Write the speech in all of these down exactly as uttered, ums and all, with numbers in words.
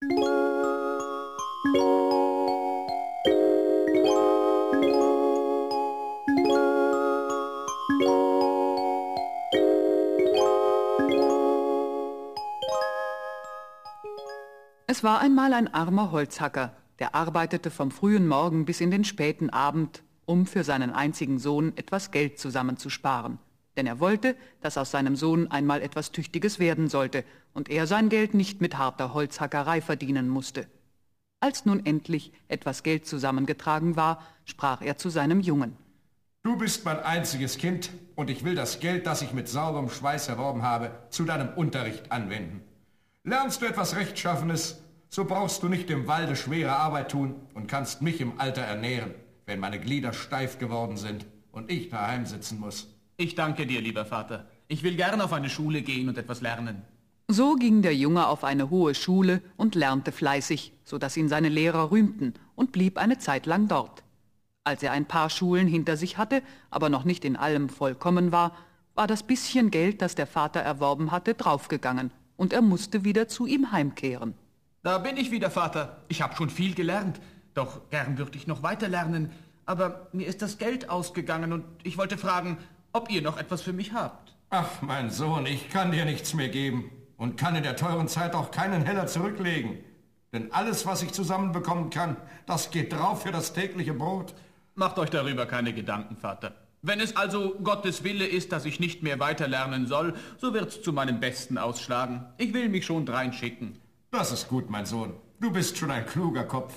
Es war einmal ein armer Holzhacker, der arbeitete vom frühen Morgen bis in den späten Abend, um für seinen einzigen Sohn etwas Geld zusammenzusparen. Denn er wollte, dass aus seinem Sohn einmal etwas Tüchtiges werden sollte und er sein Geld nicht mit harter Holzhackerei verdienen musste. Als nun endlich etwas Geld zusammengetragen war, sprach er zu seinem Jungen: Du bist mein einziges Kind und ich will das Geld, das ich mit sauberem Schweiß erworben habe, zu deinem Unterricht anwenden. Lernst du etwas Rechtschaffenes, so brauchst du nicht im Walde schwere Arbeit tun und kannst mich im Alter ernähren, wenn meine Glieder steif geworden sind und ich daheim sitzen muss. Ich danke dir, lieber Vater. Ich will gern auf eine Schule gehen und etwas lernen. So ging der Junge auf eine hohe Schule und lernte fleißig, so dass ihn seine Lehrer rühmten, und blieb eine Zeit lang dort. Als er ein paar Schulen hinter sich hatte, aber noch nicht in allem vollkommen war, war das bisschen Geld, das der Vater erworben hatte, draufgegangen, und er musste wieder zu ihm heimkehren. Da bin ich wieder, Vater. Ich habe schon viel gelernt, doch gern würde ich noch weiter lernen. Aber mir ist das Geld ausgegangen und ich wollte fragen, ob ihr noch etwas für mich habt. Ach, mein Sohn, ich kann dir nichts mehr geben und kann in der teuren Zeit auch keinen Heller zurücklegen. Denn alles, was ich zusammenbekommen kann, das geht drauf für das tägliche Brot. Macht euch darüber keine Gedanken, Vater. Wenn es also Gottes Wille ist, dass ich nicht mehr weiter lernen soll, so wird's zu meinem Besten ausschlagen. Ich will mich schon dreinschicken. Das ist gut, mein Sohn. Du bist schon ein kluger Kopf.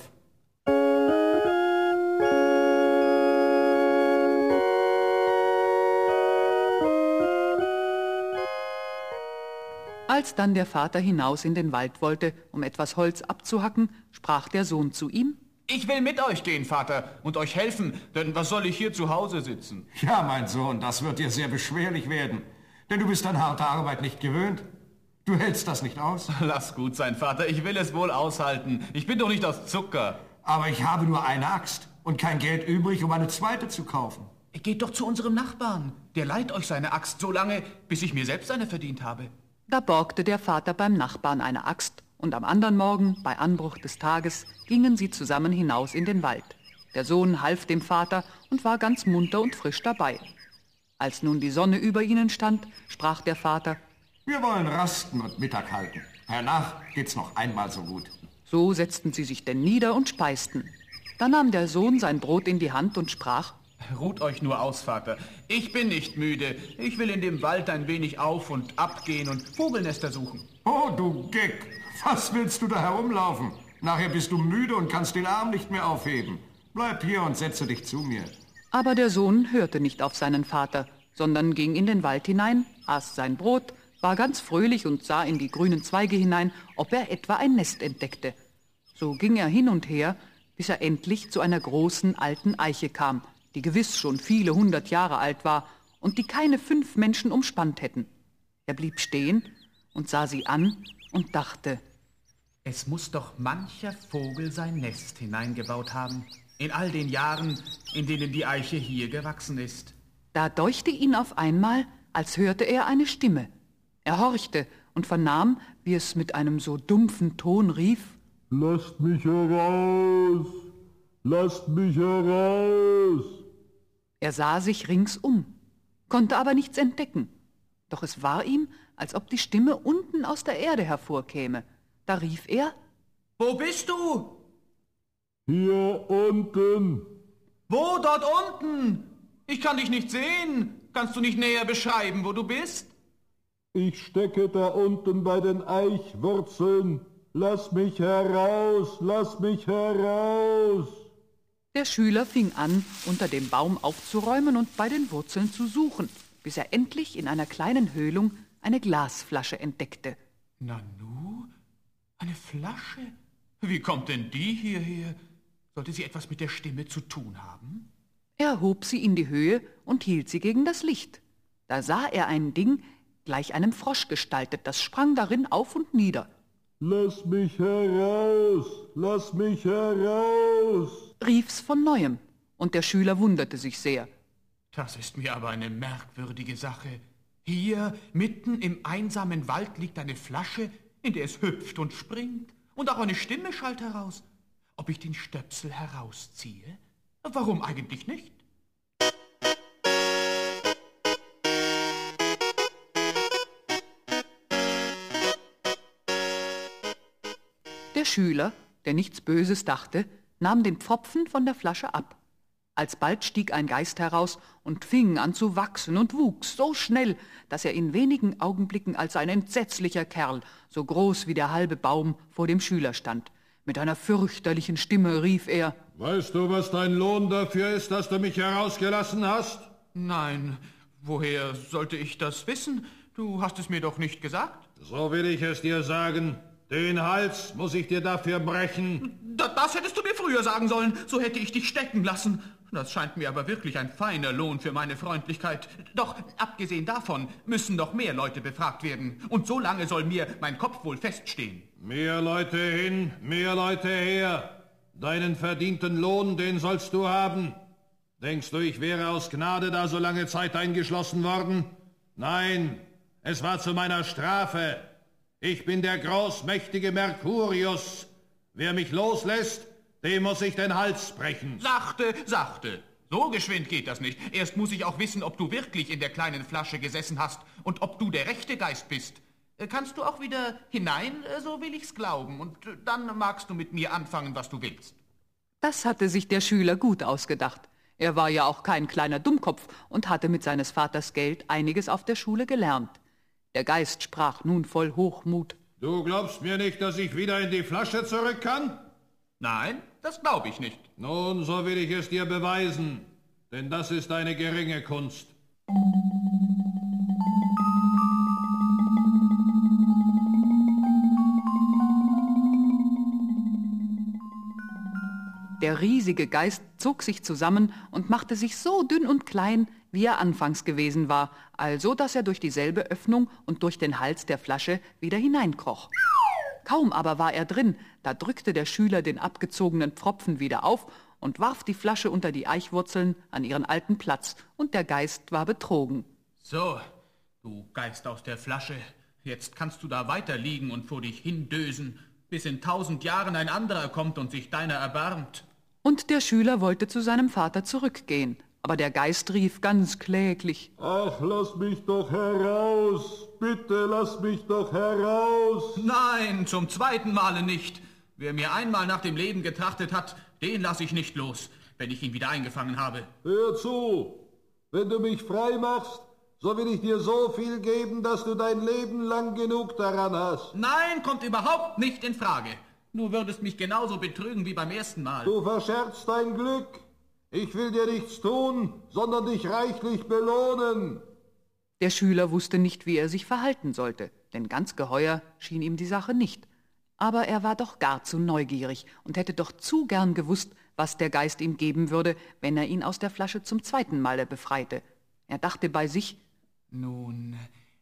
Als dann der Vater hinaus in den Wald wollte, um etwas Holz abzuhacken, sprach der Sohn zu ihm: Ich will mit euch gehen, Vater, und euch helfen, denn was soll ich hier zu Hause sitzen? Ja, mein Sohn, das wird dir sehr beschwerlich werden, denn du bist an harte Arbeit nicht gewöhnt. Du hältst das nicht aus. Lass gut sein, Vater, ich will es wohl aushalten. Ich bin doch nicht aus Zucker. Aber ich habe nur eine Axt und kein Geld übrig, um eine zweite zu kaufen. Geht doch zu unserem Nachbarn. Der leiht euch seine Axt so lange, bis ich mir selbst eine verdient habe. Da borgte der Vater beim Nachbarn eine Axt, und am anderen Morgen, bei Anbruch des Tages, gingen sie zusammen hinaus in den Wald. Der Sohn half dem Vater und war ganz munter und frisch dabei. Als nun die Sonne über ihnen stand, sprach der Vater: Wir wollen rasten und Mittag halten. Hernach geht's noch einmal so gut. So setzten sie sich denn nieder und speisten. Da nahm der Sohn sein Brot in die Hand und sprach: Ruht euch nur aus, Vater. Ich bin nicht müde. Ich will in dem Wald ein wenig auf und ab gehen und Vogelnester suchen. Oh, du Geck! Was willst du da herumlaufen? Nachher bist du müde und kannst den Arm nicht mehr aufheben. Bleib hier und setze dich zu mir. Aber der Sohn hörte nicht auf seinen Vater, sondern ging in den Wald hinein, aß sein Brot, war ganz fröhlich und sah in die grünen Zweige hinein, ob er etwa ein Nest entdeckte. So ging er hin und her, bis er endlich zu einer großen alten Eiche kam, die gewiss schon viele hundert Jahre alt war und die keine fünf Menschen umspannt hätten. Er blieb stehen und sah sie an und dachte: Es muss doch mancher Vogel sein Nest hineingebaut haben, in all den Jahren, in denen die Eiche hier gewachsen ist. Da deuchte ihn auf einmal, als hörte er eine Stimme. Er horchte und vernahm, wie es mit einem so dumpfen Ton rief: Lasst mich heraus! Lasst mich heraus! Er sah sich ringsum, konnte aber nichts entdecken. Doch es war ihm, als ob die Stimme unten aus der Erde hervorkäme. Da rief er: Wo bist du? Hier unten. Wo dort unten? Ich kann dich nicht sehen. Kannst du nicht näher beschreiben, wo du bist? Ich stecke da unten bei den Eichwurzeln. Lass mich heraus, lass mich heraus. Der Schüler fing an, unter dem Baum aufzuräumen und bei den Wurzeln zu suchen, bis er endlich in einer kleinen Höhlung eine Glasflasche entdeckte. Nanu, eine Flasche? Wie kommt denn die hierher? Sollte sie etwas mit der Stimme zu tun haben? Er hob sie in die Höhe und hielt sie gegen das Licht. Da sah er ein Ding, gleich einem Frosch gestaltet, das sprang darin auf und nieder. Lass mich heraus, lass mich heraus, rief's von neuem, und der Schüler wunderte sich sehr. Das ist mir aber eine merkwürdige Sache. Hier, mitten im einsamen Wald, liegt eine Flasche, in der es hüpft und springt. Und auch eine Stimme schallt heraus. Ob ich den Stöpsel herausziehe? Warum eigentlich nicht? Der Schüler, der nichts Böses dachte, nahm den Pfropfen von der Flasche ab. Alsbald stieg ein Geist heraus und fing an zu wachsen und wuchs so schnell, dass er in wenigen Augenblicken als ein entsetzlicher Kerl, so groß wie der halbe Baum, vor dem Schüler stand. Mit einer fürchterlichen Stimme rief er: Weißt du, was dein Lohn dafür ist, dass du mich herausgelassen hast? Nein, woher sollte ich das wissen? Du hast es mir doch nicht gesagt. So will ich es dir sagen. Den Hals muss ich dir dafür brechen. Da, das hättest du mir früher sagen sollen, so hätte ich dich stecken lassen. Das scheint mir aber wirklich ein feiner Lohn für meine Freundlichkeit. Doch abgesehen davon müssen noch mehr Leute befragt werden. Und so lange soll mir mein Kopf wohl feststehen. Mehr Leute hin, mehr Leute her. Deinen verdienten Lohn, den sollst du haben. Denkst du, ich wäre aus Gnade da so lange Zeit eingeschlossen worden? Nein, es war zu meiner Strafe. Ich bin der großmächtige Mercurius. Wer mich loslässt, dem muss ich den Hals brechen. Sachte, sachte. So geschwind geht das nicht. Erst muss ich auch wissen, ob du wirklich in der kleinen Flasche gesessen hast und ob du der rechte Geist bist. Kannst du auch wieder hinein, so will ich's glauben. Und dann magst du mit mir anfangen, was du willst. Das hatte sich der Schüler gut ausgedacht. Er war ja auch kein kleiner Dummkopf und hatte mit seines Vaters Geld einiges auf der Schule gelernt. Der Geist sprach nun voll Hochmut: Du glaubst mir nicht, dass ich wieder in die Flasche zurück kann? Nein, das glaube ich nicht. Nun, so will ich es dir beweisen, denn das ist eine geringe Kunst. Der riesige Geist zog sich zusammen und machte sich so dünn und klein, wie er anfangs gewesen war, also dass er durch dieselbe Öffnung und durch den Hals der Flasche wieder hineinkroch. Kaum aber war er drin, da drückte der Schüler den abgezogenen Pfropfen wieder auf und warf die Flasche unter die Eichwurzeln an ihren alten Platz, und der Geist war betrogen. So, du Geist aus der Flasche, jetzt kannst du da weiter liegen und vor dich hindösen, bis in tausend Jahren ein anderer kommt und sich deiner erbarmt. Und der Schüler wollte zu seinem Vater zurückgehen, aber der Geist rief ganz kläglich: Ach, lass mich doch heraus! Bitte lass mich doch heraus! Nein, zum zweiten Male nicht. Wer mir einmal nach dem Leben getrachtet hat, den lass ich nicht los, wenn ich ihn wieder eingefangen habe. Hör zu! Wenn du mich frei machst, so will ich dir so viel geben, dass du dein Leben lang genug daran hast. Nein, kommt überhaupt nicht in Frage. Du würdest mich genauso betrügen wie beim ersten Mal. Du verscherzt dein Glück. Ich will dir nichts tun, sondern dich reichlich belohnen. Der Schüler wusste nicht, wie er sich verhalten sollte, denn ganz geheuer schien ihm die Sache nicht. Aber er war doch gar zu neugierig und hätte doch zu gern gewusst, was der Geist ihm geben würde, wenn er ihn aus der Flasche zum zweiten Male befreite. Er dachte bei sich: Nun,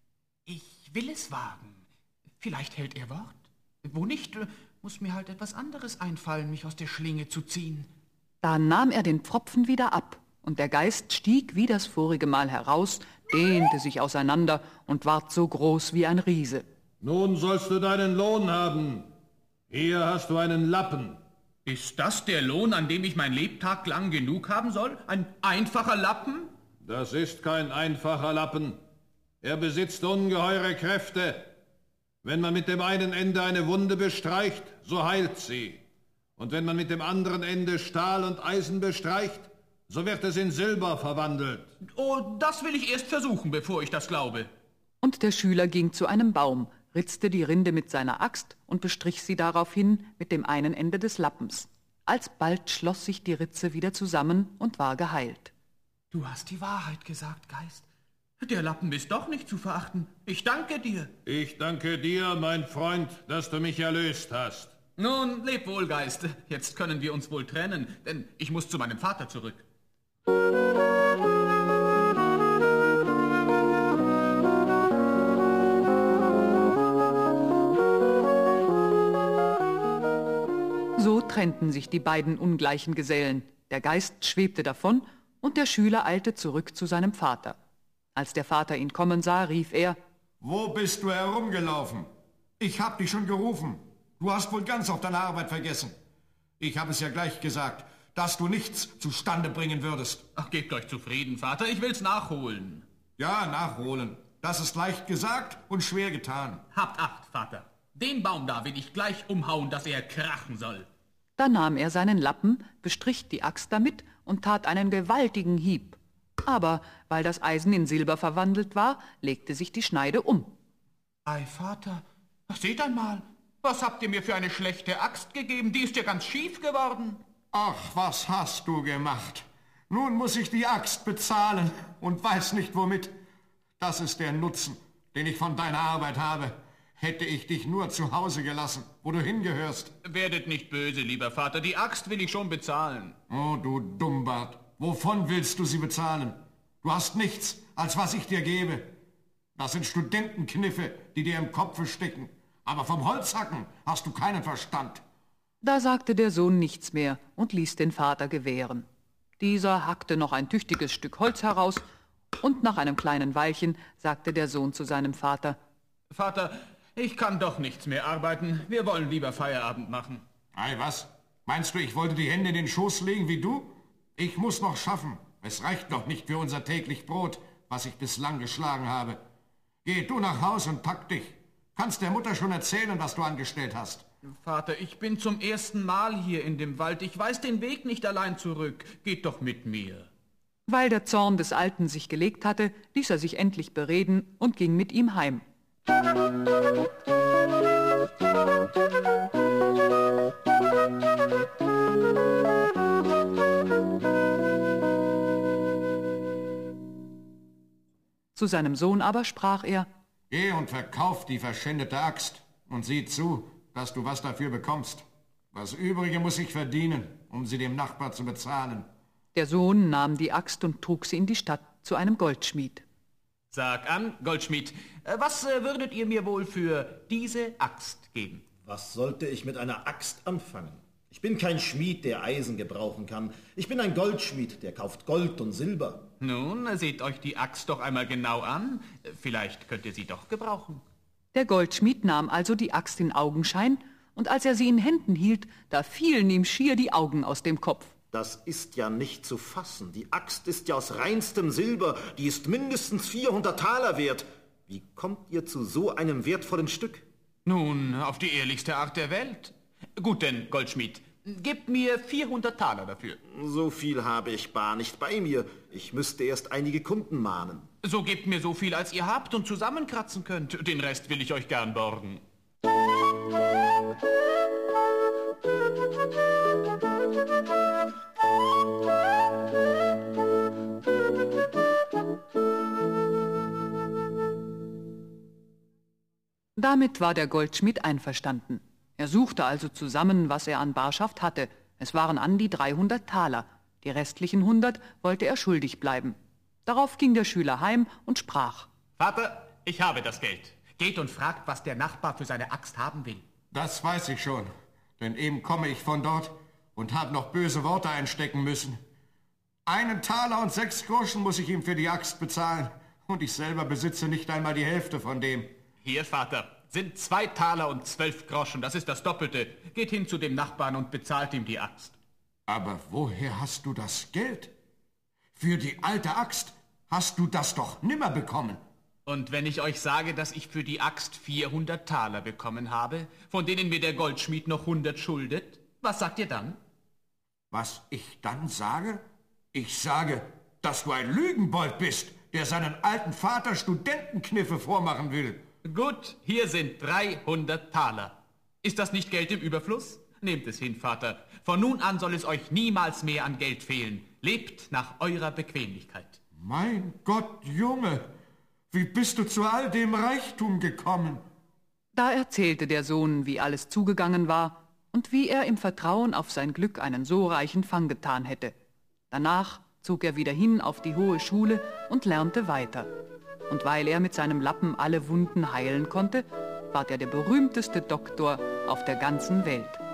ich will es wagen. Vielleicht hält er Wort. Wo nicht, muss mir halt etwas anderes einfallen, mich aus der Schlinge zu ziehen. Da nahm er den Pfropfen wieder ab, und der Geist stieg wie das vorige Mal heraus, dehnte sich auseinander und ward so groß wie ein Riese. Nun sollst du deinen Lohn haben. Hier hast du einen Lappen. Ist das der Lohn, an dem ich mein Lebtag lang genug haben soll? Ein einfacher Lappen? Das ist kein einfacher Lappen. Er besitzt ungeheure Kräfte. Wenn man mit dem einen Ende eine Wunde bestreicht, so heilt sie. Und wenn man mit dem anderen Ende Stahl und Eisen bestreicht, so wird es in Silber verwandelt. Oh, das will ich erst versuchen, bevor ich das glaube. Und der Schüler ging zu einem Baum, ritzte die Rinde mit seiner Axt und bestrich sie daraufhin mit dem einen Ende des Lappens. Alsbald schloss sich die Ritze wieder zusammen und war geheilt. Du hast die Wahrheit gesagt, Geist. Der Lappen ist doch nicht zu verachten. Ich danke dir. Ich danke dir, mein Freund, dass du mich erlöst hast. Nun, leb wohl, Geist. Jetzt können wir uns wohl trennen, denn ich muss zu meinem Vater zurück. So trennten sich die beiden ungleichen Gesellen. Der Geist schwebte davon, und der Schüler eilte zurück zu seinem Vater. Als der Vater ihn kommen sah, rief er: Wo bist du herumgelaufen? Ich hab dich schon gerufen. Du hast wohl ganz auf deine Arbeit vergessen. Ich habe es ja gleich gesagt, dass du nichts zustande bringen würdest. Ach, gebt euch zufrieden, Vater, ich will's nachholen. Ja, nachholen. Das ist leicht gesagt und schwer getan. Habt Acht, Vater. Den Baum da will ich gleich umhauen, dass er krachen soll. Da nahm er seinen Lappen, bestrich die Axt damit und tat einen gewaltigen Hieb. Aber weil das Eisen in Silber verwandelt war, legte sich die Schneide um. Ei, Vater, seht einmal, was habt ihr mir für eine schlechte Axt gegeben? Die ist ja ganz schief geworden. Ach, was hast du gemacht? Nun muss ich die Axt bezahlen und weiß nicht womit. Das ist der Nutzen, den ich von deiner Arbeit habe. Hätte ich dich nur zu Hause gelassen, wo du hingehörst. Werdet nicht böse, lieber Vater, die Axt will ich schon bezahlen. Oh, du Dummbart, wovon willst du sie bezahlen? Du hast nichts, als was ich dir gebe. Das sind Studentenkniffe, die dir im Kopfe stecken. Aber vom Holzhacken hast du keinen Verstand. Da sagte der Sohn nichts mehr und ließ den Vater gewähren. Dieser hackte noch ein tüchtiges Stück Holz heraus, und nach einem kleinen Weilchen sagte der Sohn zu seinem Vater: Vater, ich kann doch nichts mehr arbeiten. Wir wollen lieber Feierabend machen. Ei, was? Meinst du, ich wollte die Hände in den Schoß legen wie du? Ich muss noch schaffen. Es reicht noch nicht für unser täglich Brot, was ich bislang geschlagen habe. Geh du nach Haus und pack dich. Kannst der Mutter schon erzählen, was du angestellt hast. Vater, ich bin zum ersten Mal hier in dem Wald. Ich weiß den Weg nicht allein zurück. Geht doch mit mir. Weil der Zorn des Alten sich gelegt hatte, ließ er sich endlich bereden und ging mit ihm heim. Zu seinem Sohn aber sprach er: Geh und verkauf die verschändete Axt und sieh zu, dass du was dafür bekommst. Das Übrige muss ich verdienen, um sie dem Nachbar zu bezahlen. Der Sohn nahm die Axt und trug sie in die Stadt zu einem Goldschmied. Sag an, Goldschmied, was würdet ihr mir wohl für diese Axt geben? Was sollte ich mit einer Axt anfangen? Ich bin kein Schmied, der Eisen gebrauchen kann. Ich bin ein Goldschmied, der kauft Gold und Silber. Nun, seht euch die Axt doch einmal genau an. Vielleicht könnt ihr sie doch gebrauchen. Der Goldschmied nahm also die Axt in Augenschein, und als er sie in Händen hielt, da fielen ihm schier die Augen aus dem Kopf. Das ist ja nicht zu fassen. Die Axt ist ja aus reinstem Silber. Die ist mindestens vierhundert Taler wert. Wie kommt ihr zu so einem wertvollen Stück? Nun, auf die ehrlichste Art der Welt. Gut denn, Goldschmied, gebt mir vierhundert Taler dafür. So viel habe ich bar nicht bei mir. Ich müsste erst einige Kunden mahnen. So gebt mir so viel, als ihr habt und zusammenkratzen könnt. Den Rest will ich euch gern borgen. Damit war der Goldschmied einverstanden. Er suchte also zusammen, was er an Barschaft hatte. Es waren an die dreihundert Taler. Die restlichen hundert wollte er schuldig bleiben. Darauf ging der Schüler heim und sprach: Vater, ich habe das Geld. Geht und fragt, was der Nachbar für seine Axt haben will. Das weiß ich schon, denn eben komme ich von dort und habe noch böse Worte einstecken müssen. Einen Taler und sechs Groschen muss ich ihm für die Axt bezahlen, und ich selber besitze nicht einmal die Hälfte von dem. Hier, Vater, sind zwei Taler und zwölf Groschen, das ist das Doppelte. Geht hin zu dem Nachbarn und bezahlt ihm die Axt. Aber woher hast du das Geld? Für die alte Axt hast du das doch nimmer bekommen. Und wenn ich euch sage, dass ich für die Axt vierhundert Taler bekommen habe, von denen mir der Goldschmied noch hundert schuldet, was sagt ihr dann? Was ich dann sage? Ich sage, dass du ein Lügenbold bist, der seinen alten Vater Studentenkniffe vormachen will. Gut, hier sind dreihundert Taler. Ist das nicht Geld im Überfluss? Nehmt es hin, Vater. Von nun an soll es euch niemals mehr an Geld fehlen. Lebt nach eurer Bequemlichkeit. Mein Gott, Junge, wie bist du zu all dem Reichtum gekommen? Da erzählte der Sohn, wie alles zugegangen war und wie er im Vertrauen auf sein Glück einen so reichen Fang getan hätte. Danach zog er wieder hin auf die hohe Schule und lernte weiter. Und weil er mit seinem Lappen alle Wunden heilen konnte, ward er der berühmteste Doktor auf der ganzen Welt.